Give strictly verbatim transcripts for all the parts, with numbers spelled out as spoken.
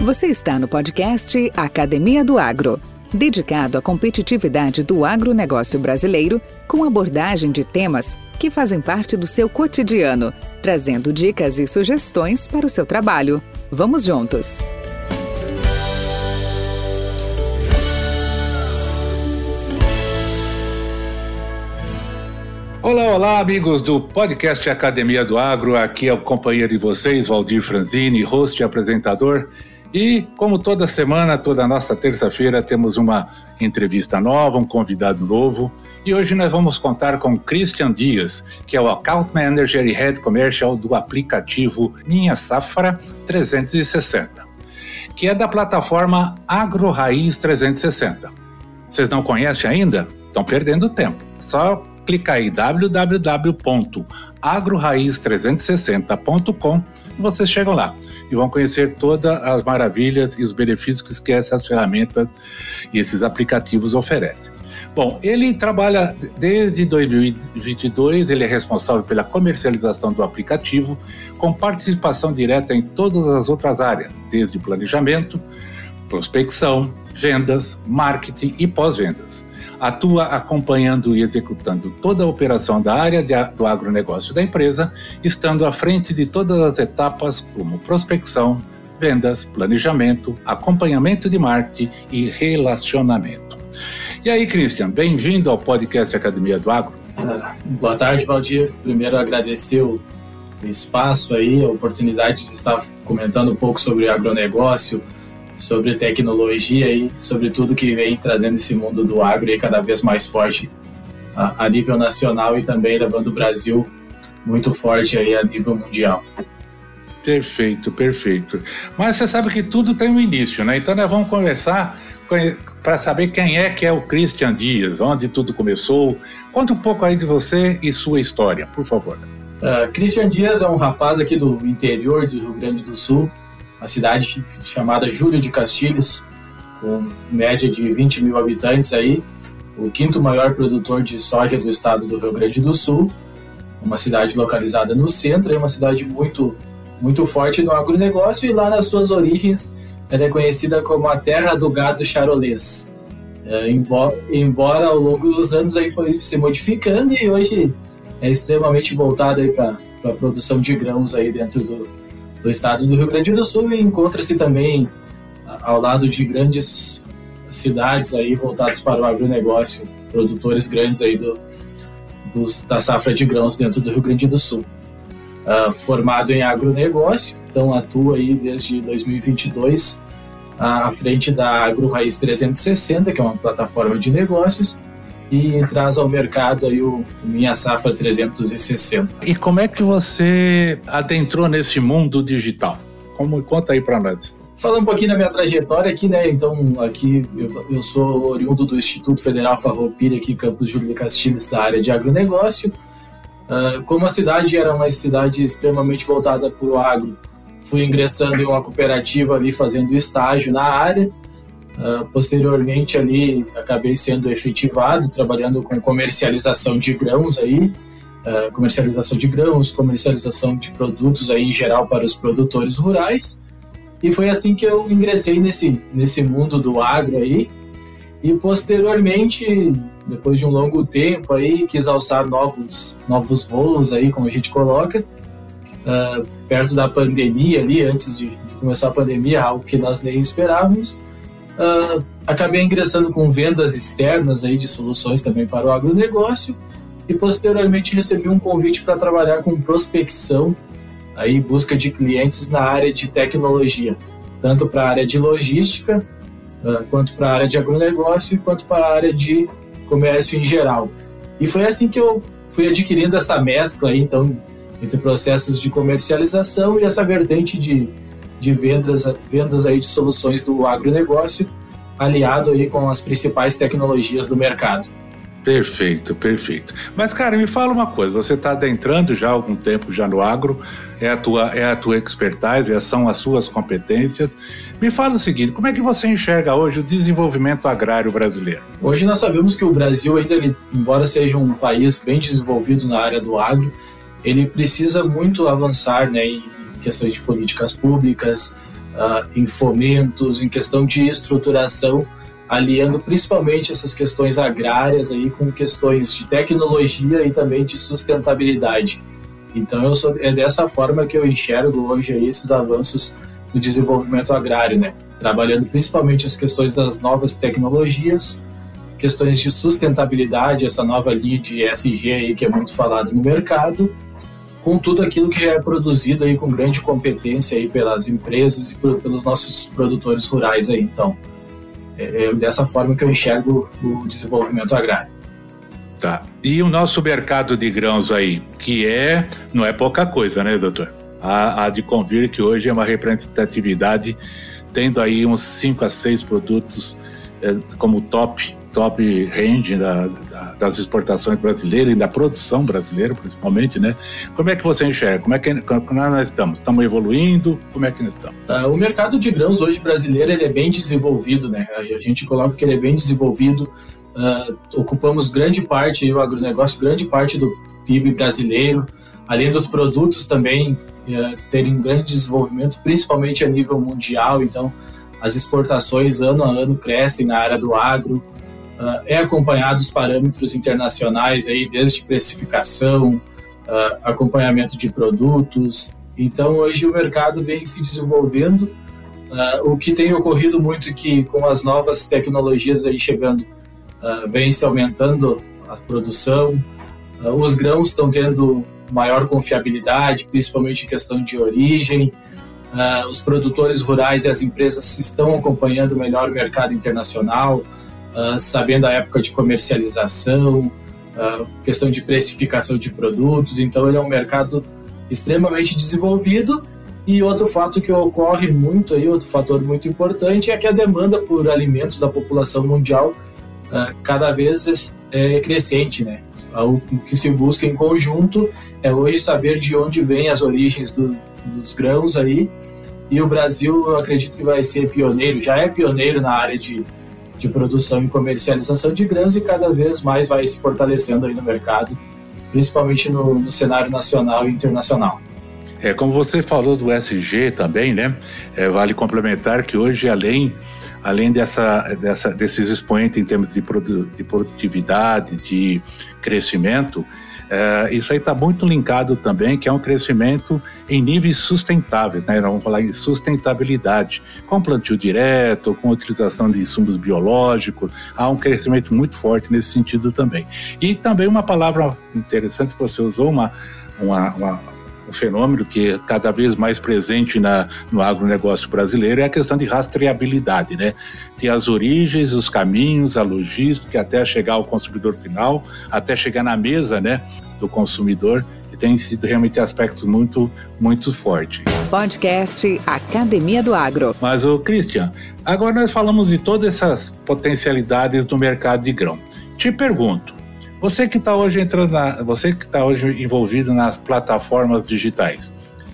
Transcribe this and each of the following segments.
Você está no podcast Academia do Agro, dedicado à competitividade do agronegócio brasileiro, com abordagem de temas que fazem parte do seu cotidiano, trazendo dicas e sugestões para o seu trabalho. Vamos juntos! Olá, olá, amigos do podcast Academia do Agro. Aqui é o companheiro de vocês, Valdir Franzini, host e apresentador. E, como toda semana, toda nossa terça-feira, temos uma entrevista nova, um convidado novo. E hoje nós vamos contar com Christian Dias, que é o Account Manager e Head Commercial do aplicativo Minha Safra trezentos e sessenta, que é da plataforma AgroRaiz trezentos e sessenta. Vocês não conhecem ainda? Estão perdendo tempo. Só clica aí w w w ponto agro raiz trezentos e sessenta ponto com e vocês chegam lá e vão conhecer todas as maravilhas e os benefícios que essas ferramentas e esses aplicativos oferecem. Bom, ele trabalha desde dois mil e vinte e dois, ele é responsável pela comercialização do aplicativo, com participação direta em todas as outras áreas, desde planejamento, prospecção, vendas, marketing e pós-vendas. Atua acompanhando e executando toda a operação da área de, do agronegócio da empresa, estando à frente de todas as etapas como prospecção, vendas, planejamento, acompanhamento de marketing e relacionamento. E aí, Christian, bem-vindo ao podcast Academia do Agro. Ah, boa tarde, Valdir. Primeiro, agradecer o espaço aí, a oportunidade de estar comentando um pouco sobre agronegócio, sobre tecnologia e sobre tudo que vem trazendo esse mundo do agro aí cada vez mais forte a, a nível nacional e também levando o Brasil muito forte aí a nível mundial. Perfeito, perfeito. Mas você sabe que tudo tem um início, né? Então nós vamos conversar para saber quem é que é o Christian Dias, onde tudo começou. Conta um pouco aí de você e sua história, por favor. Uh, Christian Dias é um rapaz aqui do interior do Rio Grande do Sul, uma cidade chamada Júlio de Castilhos, com média de vinte mil habitantes aí, o quinto maior produtor de soja do estado do Rio Grande do Sul, uma cidade localizada no centro, é uma cidade muito, muito forte no agronegócio, e lá nas suas origens ela é conhecida como a terra do gado charolês. É, embora, embora ao longo dos anos aí foi se modificando e hoje é extremamente voltada para a produção de grãos aí dentro do do estado do Rio Grande do Sul, e encontra-se também ao lado de grandes cidades aí voltadas para o agronegócio, produtores grandes aí do, do, da safra de grãos dentro do Rio Grande do Sul. Uh, formado em agronegócio, então atua aí desde dois mil e vinte e dois à frente da AgroRaiz trezentos e sessenta, que é uma plataforma de negócios, e traz ao mercado aí o Minha Safra trezentos e sessenta. E como é que você adentrou nesse mundo digital? Como, conta aí para nós. Falando um pouquinho da minha trajetória aqui, né? Então, aqui eu, eu sou oriundo do Instituto Federal Farroupilha, aqui Campus Júlio de Castilhos, da área de agronegócio. Uh, como a cidade era uma cidade extremamente voltada para o agro, fui ingressando em uma cooperativa ali, fazendo estágio na área. Uh, posteriormente ali acabei sendo efetivado, trabalhando com comercialização de grãos aí, uh, comercialização de grãos, comercialização de produtos aí em geral para os produtores rurais, e foi assim que eu ingressei nesse, nesse mundo do agro aí, e posteriormente, depois de um longo tempo aí, quis alçar novos, novos voos aí, como a gente coloca, uh, perto da pandemia ali, antes de, de começar a pandemia, algo que nós nem esperávamos. Uh, acabei ingressando com vendas externas aí de soluções também para o agronegócio, e posteriormente recebi um convite para trabalhar com prospecção, aí busca de clientes na área de tecnologia, tanto para a área de logística, uh, quanto para a área de agronegócio, quanto para a área de comércio em geral. E foi assim que eu fui adquirindo essa mescla aí, então, entre processos de comercialização e essa vertente de de vendas, vendas aí de soluções do agronegócio, aliado aí com as principais tecnologias do mercado. Perfeito, perfeito. Mas, cara, me fala uma coisa, você está adentrando já há algum tempo já no agro, é a tua, é a tua expertise, são as suas competências. Me fala o seguinte, como é que você enxerga hoje o desenvolvimento agrário brasileiro? Hoje nós sabemos que o Brasil, ainda, ele, embora seja um país bem desenvolvido na área do agro, ele precisa muito avançar, né, em questões de políticas públicas, uh, em fomentos, em questão de estruturação, aliando principalmente essas questões agrárias aí com questões de tecnologia e também de sustentabilidade. Então eu sou, é dessa forma que eu enxergo hoje aí esses avanços no desenvolvimento agrário, né? Trabalhando principalmente as questões das novas tecnologias, questões de sustentabilidade, essa nova linha de E S G aí que é muito falada no mercado, com tudo aquilo que já é produzido aí com grande competência aí pelas empresas e pelos nossos produtores rurais aí. Então, é dessa forma que eu enxergo o desenvolvimento agrário. Tá. E o nosso mercado de grãos aí, que é, não é pouca coisa, né, doutor? Há, há de convir que hoje é uma representatividade, tendo aí uns cinco a seis produtos é, como top, top range da, da, das exportações brasileiras e da produção brasileira, principalmente, né? Como é que você enxerga? Como é que como nós estamos? Estamos evoluindo? Como é que nós estamos? Uh, o mercado de grãos hoje brasileiro, ele é bem desenvolvido, né? A gente coloca que ele é bem desenvolvido. Uh, ocupamos grande parte, o agronegócio, grande parte do P I B brasileiro, além dos produtos também uh, terem grande desenvolvimento, principalmente a nível mundial. Então, as exportações ano a ano crescem na área do agro. Uh, é acompanhado os parâmetros internacionais, aí, desde precificação, uh, acompanhamento de produtos. Então, hoje o mercado vem se desenvolvendo. Uh, o que tem ocorrido muito é que, com as novas tecnologias aí chegando, uh, vem se aumentando a produção. Uh, os grãos estão tendo maior confiabilidade, principalmente em questão de origem. Uh, os produtores rurais e as empresas estão acompanhando melhor o mercado internacional, Uh, sabendo a época de comercialização, uh, questão de precificação de produtos. Então ele é um mercado extremamente desenvolvido. E outro fato que ocorre muito aí, outro fator muito importante, é que a demanda por alimentos da população mundial uh, cada vez é crescente, né? O que se busca em conjunto é hoje saber de onde vêm as origens do, dos grãos aí, e o Brasil, eu acredito que vai ser pioneiro, já é pioneiro na área de de produção e comercialização de grãos, e cada vez mais vai se fortalecendo aí no mercado, principalmente no, no cenário nacional e internacional. É, como você falou do E S G também, né? É, vale complementar que hoje, além, além dessa, dessa, desses expoentes em termos de, produ, de produtividade, de crescimento, é, isso aí está muito linkado também, que é um crescimento em níveis sustentáveis, né? Vamos falar em sustentabilidade, com plantio direto, com utilização de insumos biológicos. Há um crescimento muito forte nesse sentido também. E também uma palavra interessante que você usou, uma, uma, uma um fenômeno que é cada vez mais presente na, no agronegócio brasileiro, é a questão de rastreabilidade, né? Ter as origens, os caminhos, a logística, até chegar ao consumidor final, até chegar na mesa, né, do consumidor, e tem sido realmente aspectos muito, muito fortes. Podcast Academia do Agro. Mas, ô Christian, agora nós falamos de todas essas potencialidades do mercado de grão. Te pergunto, Você que está hoje entrando, na, você que está hoje envolvido nas plataformas digitais,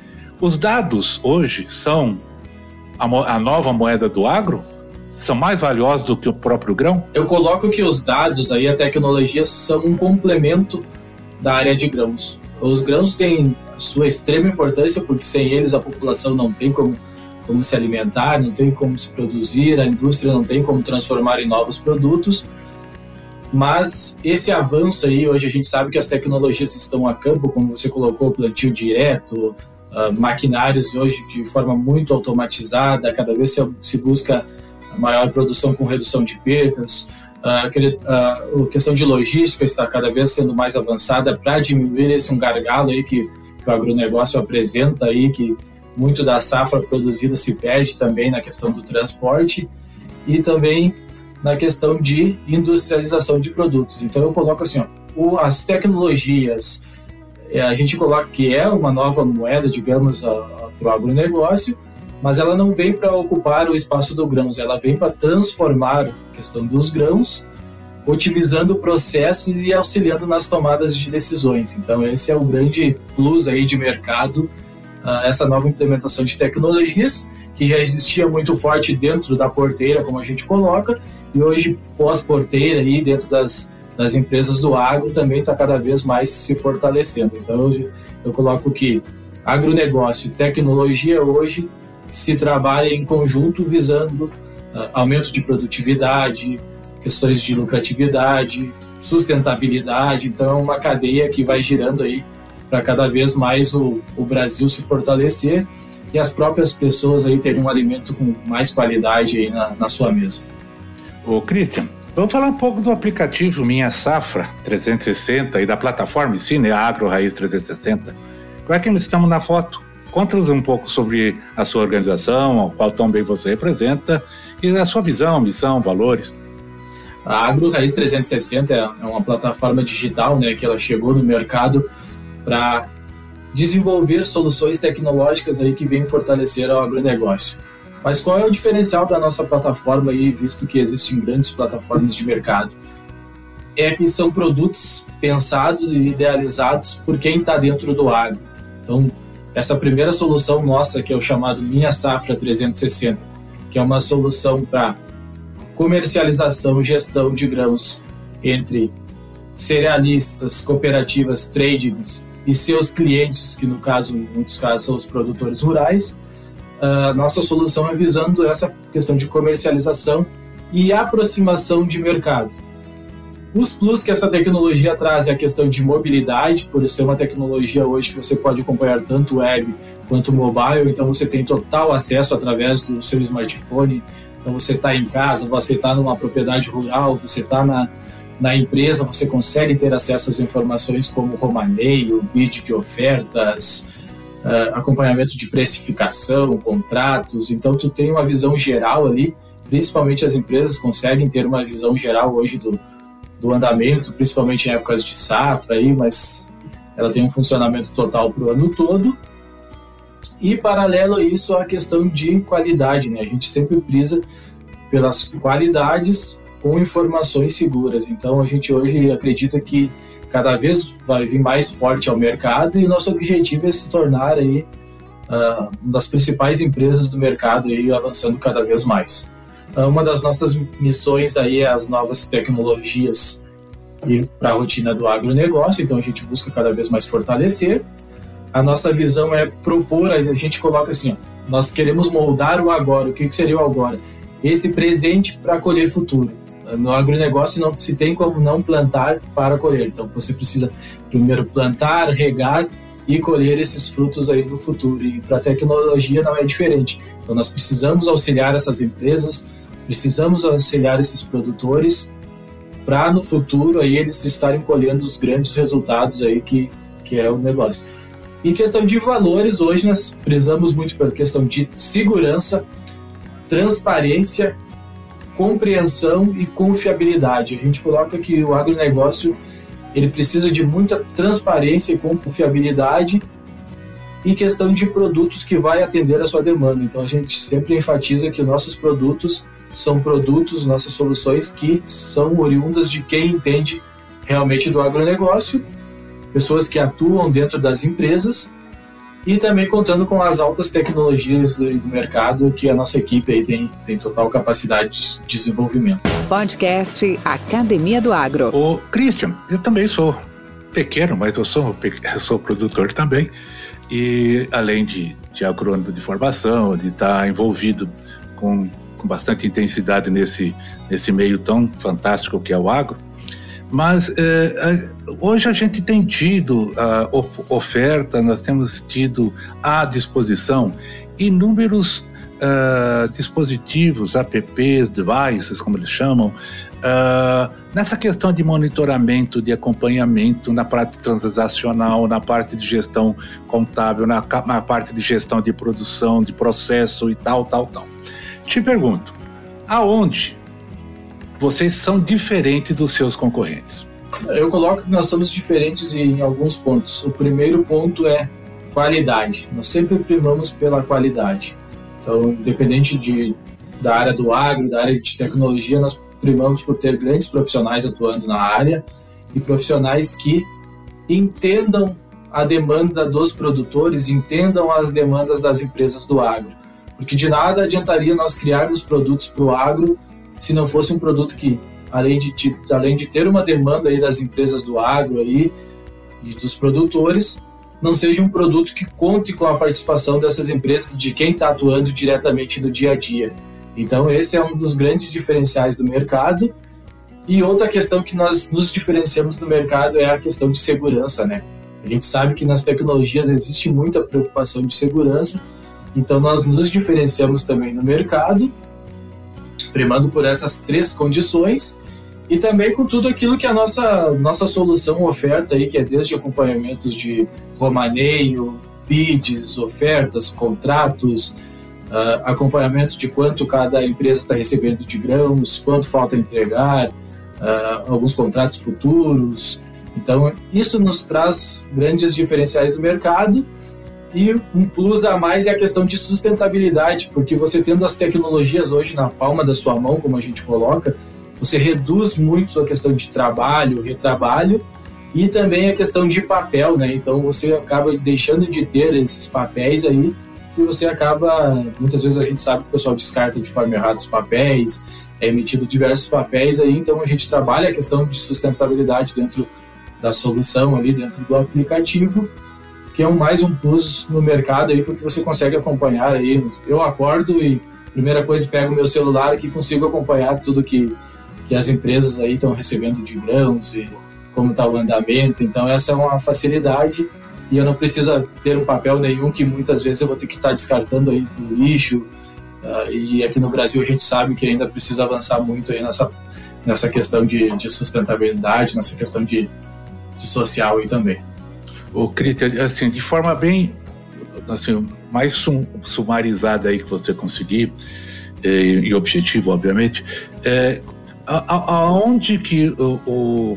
os dados hoje são a, a nova moeda do agro? São mais valiosos do que o próprio grão? Eu coloco que os dados aí, a tecnologia, são um complemento da área de grãos. Os grãos têm sua extrema importância, porque sem eles a população não tem como, como se alimentar, não tem como se produzir, a indústria não tem como transformar em novos produtos. Mas esse avanço aí, hoje a gente sabe que as tecnologias estão a campo, como você colocou, plantio direto, uh, maquinários hoje de forma muito automatizada, cada vez se, se busca maior produção com redução de perdas, uh, aquele, uh, a questão de logística está cada vez sendo mais avançada para diminuir esse um gargalo aí que, que o agronegócio apresenta aí, que muito da safra produzida se perde também na questão do transporte e também na questão de industrialização de produtos. Então eu coloco assim, ó, o, as tecnologias, a gente coloca que é uma nova moeda, digamos, para o agronegócio, mas ela não vem para ocupar o espaço do grãos, ela vem para transformar a questão dos grãos, otimizando processos e auxiliando nas tomadas de decisões. Então esse é o grande plus aí de mercado, uh, essa nova implementação de tecnologias, que já existia muito forte dentro da porteira, como a gente coloca, e hoje, pós-porteira, aí, dentro das, das empresas do agro, também está cada vez mais se fortalecendo. Então, eu, eu coloco que agronegócio e tecnologia hoje se trabalha em conjunto visando uh, aumento de produtividade, questões de lucratividade, sustentabilidade. Então é uma cadeia que vai girando aí para cada vez mais o, o Brasil se fortalecer e as próprias pessoas aí terem um alimento com mais qualidade aí na, na sua mesa. Ô Christian, vamos falar um pouco do aplicativo Minha Safra trezentos e sessenta e da plataforma em si, né, Agro Raiz trezentos e sessenta. Como é que nós estamos na foto? Conta-nos um pouco sobre a sua organização, qual também você representa, e a sua visão, missão, valores. A Agro Raiz trezentos e sessenta é uma plataforma digital, né, que ela chegou no mercado para desenvolver soluções tecnológicas aí que vêm fortalecer o agronegócio. Mas qual é o diferencial da nossa plataforma aí, visto que existem grandes plataformas de mercado? É que são produtos pensados e idealizados por quem está dentro do agro. Então, essa primeira solução nossa, que é o chamado Minha Safra trezentos e sessenta, que é uma solução para comercialização e gestão de grãos entre cerealistas, cooperativas, tradings e seus clientes, que no caso, em muitos casos, são os produtores rurais. A nossa solução é visando essa questão de comercialização e aproximação de mercado. Os plus que essa tecnologia traz é a questão de mobilidade, por ser uma tecnologia hoje que você pode acompanhar tanto web quanto mobile, então você tem total acesso através do seu smartphone. Então você está em casa, você está numa propriedade rural, você está na, na empresa, você consegue ter acesso às informações como romaneio, bid de ofertas, uh, acompanhamento de precificação, contratos. Então tu tem uma visão geral ali, principalmente as empresas conseguem ter uma visão geral hoje do do andamento, principalmente em épocas de safra, aí, mas ela tem um funcionamento total para o ano todo. E, paralelo a isso, a questão de qualidade, né? A gente sempre prisa pelas qualidades com informações seguras. Então, a gente hoje acredita que cada vez vai vir mais forte ao mercado e nosso objetivo é se tornar aí, uh, uma das principais empresas do mercado, aí, avançando cada vez mais. Uma das nossas missões aí é as novas tecnologias para a rotina do agronegócio, então a gente busca cada vez mais fortalecer. A nossa visão é propor, a gente coloca assim, ó, nós queremos moldar o agora. O que, que seria o agora? Esse presente para colher futuro. No agronegócio não se tem como não plantar para colher, então você precisa primeiro plantar, regar e colher esses frutos aí no futuro. E para a tecnologia não é diferente. Então nós precisamos auxiliar essas empresas, precisamos auxiliar esses produtores para no futuro aí eles estarem colhendo os grandes resultados aí que, que é o negócio. Em questão de valores, hoje nós prezamos muito pela questão de segurança, transparência, compreensão e confiabilidade. A gente coloca que o agronegócio ele precisa de muita transparência e confiabilidade e questão de produtos que vai atender a sua demanda. Então a gente sempre enfatiza que nossos produtos são produtos, nossas soluções que são oriundas de quem entende realmente do agronegócio, pessoas que atuam dentro das empresas e também contando com as altas tecnologias do, do mercado que a nossa equipe aí tem, tem total capacidade de desenvolvimento. Podcast Academia do Agro. Ô, Christian, eu também sou pequeno, mas eu sou, eu sou produtor também. E além de, de agrônomo de formação, de estar envolvido com, com bastante intensidade nesse, nesse meio tão fantástico que é o agro, mas eh, hoje a gente tem tido a oferta, nós temos tido à disposição inúmeros uh, dispositivos, apps, devices, como eles chamam, uh, nessa questão de monitoramento, de acompanhamento na parte transacional, na parte de gestão contábil, na, na parte de gestão de produção, de processo e tal, tal, tal. Te pergunto, aonde vocês são diferentes dos seus concorrentes? Eu coloco que nós somos diferentes em alguns pontos. O primeiro ponto é qualidade. Nós sempre primamos pela qualidade. Então, independente de, da área do agro, da área de tecnologia, nós primamos por ter grandes profissionais atuando na área e profissionais que entendam a demanda dos produtores, entendam as demandas das empresas do agro. Porque de nada adiantaria nós criarmos produtos para o agro se não fosse um produto que, além de, além de ter uma demanda aí das empresas do agro aí, e dos produtores, não seja um produto que conte com a participação dessas empresas de quem está atuando diretamente no dia a dia. Então esse é um dos grandes diferenciais do mercado. E outra questão que nós nos diferenciamos no mercado é a questão de segurança, né? A gente sabe que nas tecnologias existe muita preocupação de segurança, então nós nos diferenciamos também no mercado, primando por essas três condições, e também com tudo aquilo que a nossa, nossa solução oferta, aí, que é desde acompanhamentos de romaneio, bids, ofertas, contratos, uh, acompanhamento de quanto cada empresa está recebendo de grãos, quanto falta entregar, uh, alguns contratos futuros. Então, isso nos traz grandes diferenciais do mercado, e um plus a mais é a questão de sustentabilidade, porque você tendo as tecnologias hoje na palma da sua mão, como a gente coloca, você reduz muito a questão de trabalho, retrabalho, e também a questão de papel, né? Então, você acaba deixando de ter esses papéis aí, que você acaba, muitas vezes a gente sabe que o pessoal descarta de forma errada os papéis, é emitido diversos papéis aí, então a gente trabalha a questão de sustentabilidade dentro da solução ali, dentro do aplicativo, que é um, mais um plus no mercado aí, porque você consegue acompanhar aí. Eu acordo e primeira coisa pego o meu celular que consigo acompanhar tudo que, que as empresas aí estão recebendo de grãos e como está o andamento. Então essa é uma facilidade e eu não preciso ter um papel nenhum que muitas vezes eu vou ter que estar tá descartando aí no lixo. Uh, e aqui no Brasil a gente sabe que ainda precisa avançar muito aí nessa, nessa questão de, de sustentabilidade, nessa questão de de social aí também. O Cristian, assim, de forma bem, assim, mais sum, sumarizada aí que você conseguir, e, e objetivo, obviamente, é, a, a, aonde que o, o,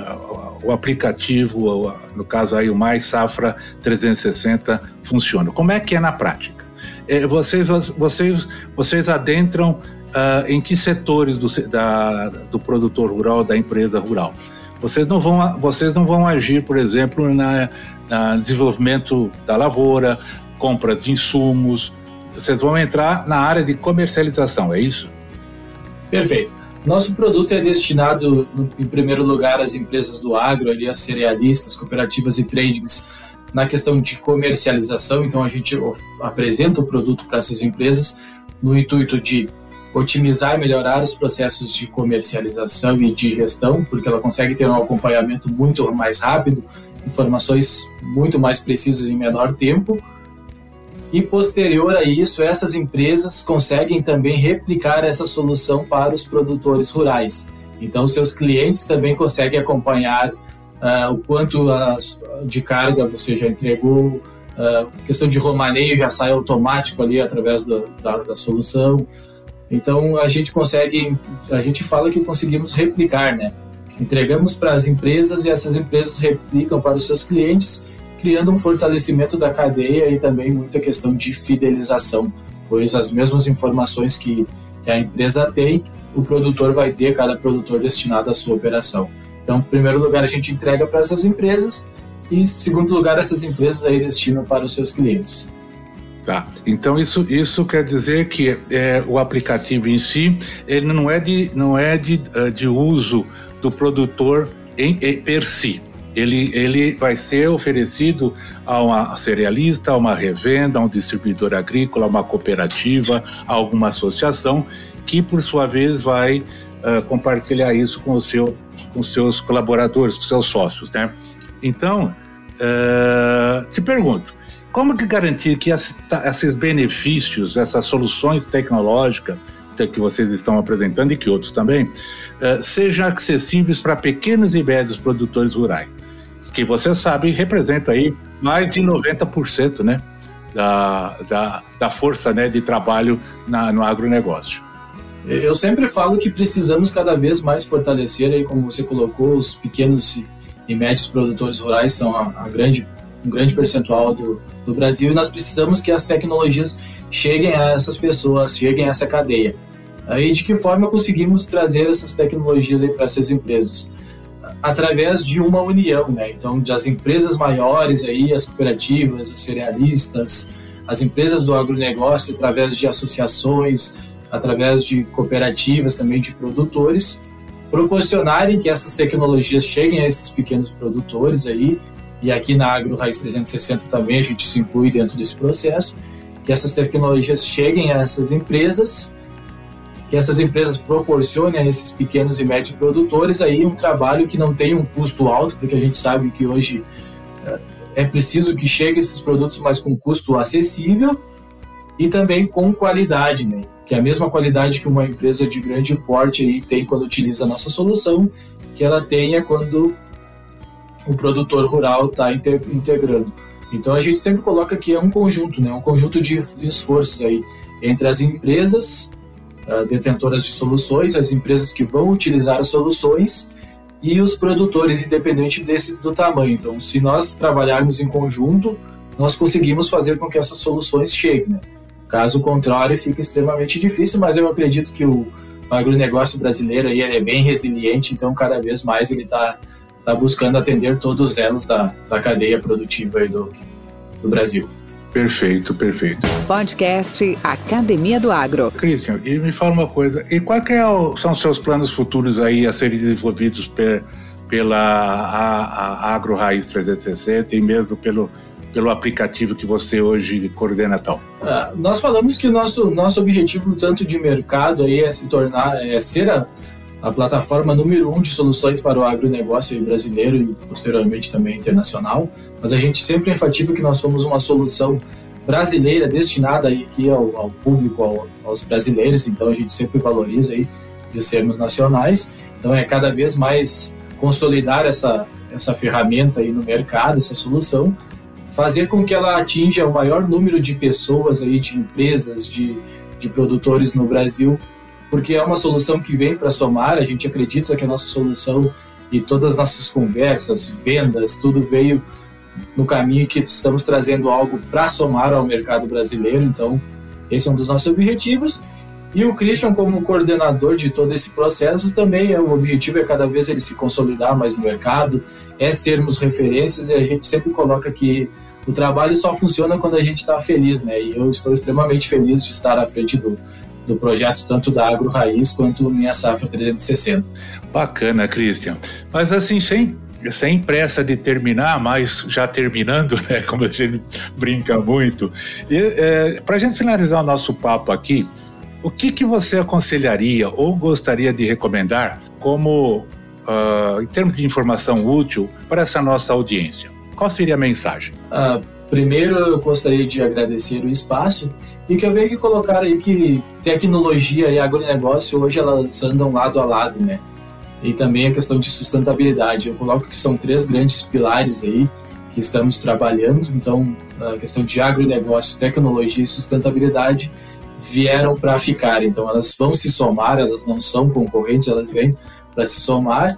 a, o aplicativo, no caso aí o Mais Safra trezentos e sessenta, funciona? Como é que é na prática? É, vocês, vocês, vocês adentram uh, em que setores do, da, do produtor rural, da empresa rural? Vocês não vão, vocês não vão agir, por exemplo, na, na desenvolvimento da lavoura, compra de insumos. Vocês vão entrar na área de comercialização, é isso? Perfeito. Nosso produto é destinado, em primeiro lugar, às empresas do agro, ali, às cerealistas, cooperativas e tradings, na questão de comercialização. Então, a gente apresenta o produto para essas empresas no intuito de otimizar e melhorar os processos de comercialização e de gestão, porque ela consegue ter um acompanhamento muito mais rápido, informações muito mais precisas em menor tempo. E posterior a isso, essas empresas conseguem também replicar essa solução para os produtores rurais. Então, seus clientes também conseguem acompanhar uh, o quanto a, de carga você já entregou, a uh, questão de romaneio já sai automático ali através do, da, da solução. Então, a gente consegue, a gente fala que conseguimos replicar, né? Entregamos para as empresas e essas empresas replicam para os seus clientes, criando um fortalecimento da cadeia e também muita questão de fidelização, pois as mesmas informações que, que a empresa tem, o produtor vai ter, cada produtor destinado à sua operação. Então, em primeiro lugar, a gente entrega para essas empresas e, em segundo lugar, essas empresas aí destinam para os seus clientes. Tá. Então isso, isso quer dizer que é, o aplicativo em si, ele não é de, não é de, de uso do produtor em, em per si. Ele, ele vai ser oferecido a uma cerealista, a uma revenda, a um distribuidor agrícola, a uma cooperativa, a alguma associação que, por sua vez, vai uh, compartilhar isso com, o seu, com seus colaboradores, com seus sócios, né? Então, uh, te pergunto, como que garantir que esses benefícios, essas soluções tecnológicas que vocês estão apresentando e que outros também, uh, sejam acessíveis para pequenos e médios produtores rurais, que você sabe representa aí mais de noventa por cento, né, da, da, da força, né, de trabalho na, no agronegócio? Eu sempre falo que precisamos cada vez mais fortalecer, aí, como você colocou, os pequenos e médios produtores rurais são a, a grande, um grande percentual do, do Brasil, e nós precisamos que as tecnologias cheguem a essas pessoas, cheguem a essa cadeia. Aí, de que forma conseguimos trazer essas tecnologias para essas empresas? Através de uma união, né? Então, das empresas maiores, aí, as cooperativas, as cerealistas, as empresas do agronegócio, através de associações, através de cooperativas também de produtores, proporcionarem que essas tecnologias cheguem a esses pequenos produtores aí e aqui na Agro Raiz trezentos e sessenta também a gente se inclui dentro desse processo, que essas tecnologias cheguem a essas empresas, que essas empresas proporcionem a esses pequenos e médios produtores aí um trabalho que não tem um custo alto, porque a gente sabe que hoje é preciso que chegue esses produtos, mas com custo acessível e também com qualidade, né? Que é a mesma qualidade que uma empresa de grande porte aí tem quando utiliza a nossa solução, que ela tenha quando o produtor rural está integrando. Então a gente sempre coloca que é um conjunto, né? Um conjunto de esforços aí entre as empresas uh, detentoras de soluções, as empresas que vão utilizar as soluções e os produtores, independente desse, do tamanho. Então, se nós trabalharmos em conjunto, nós conseguimos fazer com que essas soluções cheguem, né? Caso contrário, fica extremamente difícil, mas eu acredito que o agronegócio brasileiro aí, ele é bem resiliente, então cada vez mais ele está tá buscando atender todos os elos da, da cadeia produtiva aí do, do Brasil. Perfeito, perfeito. Podcast Academia do Agro. Christian, e me fala uma coisa, e quais que é o, são os seus planos futuros aí a serem desenvolvidos per, pela a, a Agro Raiz trezentos e sessenta e mesmo pelo, pelo aplicativo que você hoje coordena tal? Ah, nós falamos que o nosso, nosso objetivo tanto de mercado aí é se tornar, é ser a, a plataforma número um de soluções para o agronegócio brasileiro e posteriormente também internacional, mas a gente sempre enfatiza que nós somos uma solução brasileira destinada aí aqui ao, ao público, ao, aos brasileiros, então a gente sempre valoriza aí de sermos nacionais, então é cada vez mais consolidar essa, essa ferramenta aí no mercado, essa solução, fazer com que ela atinja o maior número de pessoas aí, de empresas, de, de produtores no Brasil, porque é uma solução que vem para somar. A gente acredita que a nossa solução e todas as nossas conversas, vendas, tudo veio no caminho que estamos trazendo algo para somar ao mercado brasileiro. Então, esse é um dos nossos objetivos. E o Christian, como coordenador de todo esse processo, também é, o objetivo é cada vez ele se consolidar mais no mercado, é sermos referências, e a gente sempre coloca que o trabalho só funciona quando a gente está feliz, né? E eu estou extremamente feliz de estar à frente do do projeto, tanto da Agro Raiz quanto Minha Safra trezentos e sessenta. Bacana, Christian. Mas assim, sem, sem pressa de terminar, mas já terminando, né, como a gente brinca muito, é, para a gente finalizar o nosso papo aqui, o que, que você aconselharia ou gostaria de recomendar como, uh, em termos de informação útil, para essa nossa audiência? Qual seria a mensagem? Uh, primeiro, eu gostaria de agradecer o espaço e que eu venho aqui colocar aí que tecnologia e agronegócio hoje elas andam lado a lado, né? E também a questão de sustentabilidade. Eu coloco que são três grandes pilares aí que estamos trabalhando. Então, a questão de agronegócio, tecnologia e sustentabilidade vieram para ficar. Então, elas vão se somar, elas não são concorrentes, elas vêm para se somar.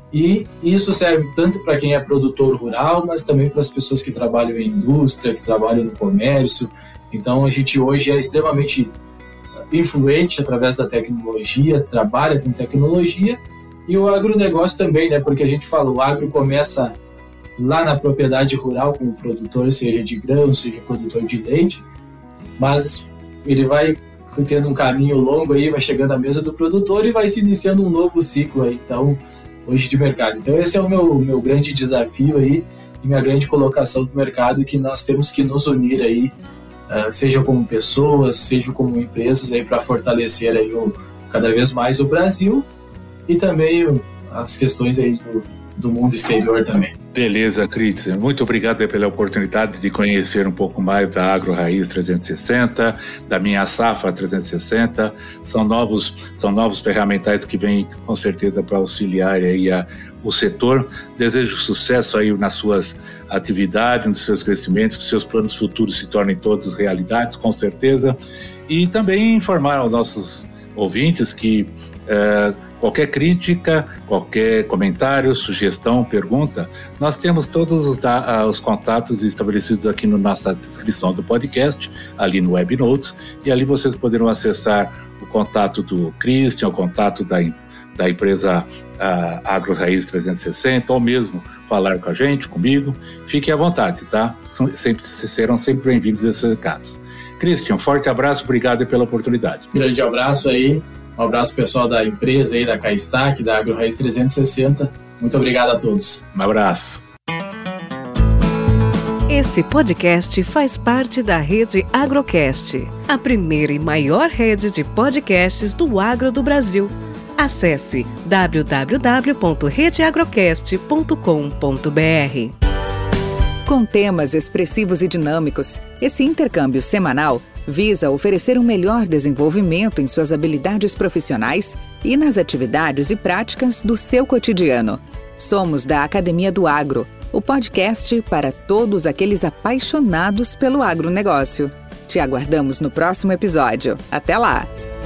E isso serve tanto para quem é produtor rural, mas também para as pessoas que trabalham em indústria, que trabalham no comércio. Então, a gente hoje é extremamente influente através da tecnologia, trabalha com tecnologia, e o agronegócio também, né? Porque a gente fala, o agro começa lá na propriedade rural com o produtor, seja de grão, seja produtor de leite, mas ele vai tendo um caminho longo aí, vai chegando à mesa do produtor e vai se iniciando um novo ciclo aí, então, hoje de mercado. Então, esse é o meu, meu grande desafio aí, e minha grande colocação do mercado, que nós temos que nos unir aí, Uh, seja como pessoas, seja como empresas, aí para fortalecer aí o, cada vez mais o Brasil e também o, as questões aí do, do mundo exterior também. Beleza, Christian. Muito obrigado pela oportunidade de conhecer um pouco mais da Agro Raiz trezentos e sessenta, da Minha Safra trezentos e sessenta. São novos, são novos ferramentais que vêm com certeza para auxiliar aí a, o setor. Desejo sucesso aí nas suas atividades, nos seus crescimentos, que seus planos futuros se tornem todos realidades, com certeza. E também informar aos nossos ouvintes que eh, qualquer crítica, qualquer comentário, sugestão, pergunta, nós temos todos os, da, os contatos estabelecidos aqui na nossa descrição do podcast, ali no Web Notes, e ali vocês poderão acessar o contato do Christian, o contato da, da empresa uh, Agro Raiz trezentos e sessenta, ou mesmo falar com a gente, comigo. Fiquem à vontade, tá? São, sempre, serão sempre bem-vindos esses recados. Christian, um forte abraço, obrigado pela oportunidade. Grande abraço aí. Um abraço pessoal da empresa aí, da Caistac, da Agro Raiz trezentos e sessenta. Muito obrigado a todos. Um abraço. Esse podcast faz parte da Rede Agrocast, a primeira e maior rede de podcasts do agro do Brasil. Acesse w w w ponto rede agrocast ponto com ponto b r. Com temas expressivos e dinâmicos, esse intercâmbio semanal visa oferecer um melhor desenvolvimento em suas habilidades profissionais e nas atividades e práticas do seu cotidiano. Somos da Academia do Agro, o podcast para todos aqueles apaixonados pelo agronegócio. Te aguardamos no próximo episódio. Até lá!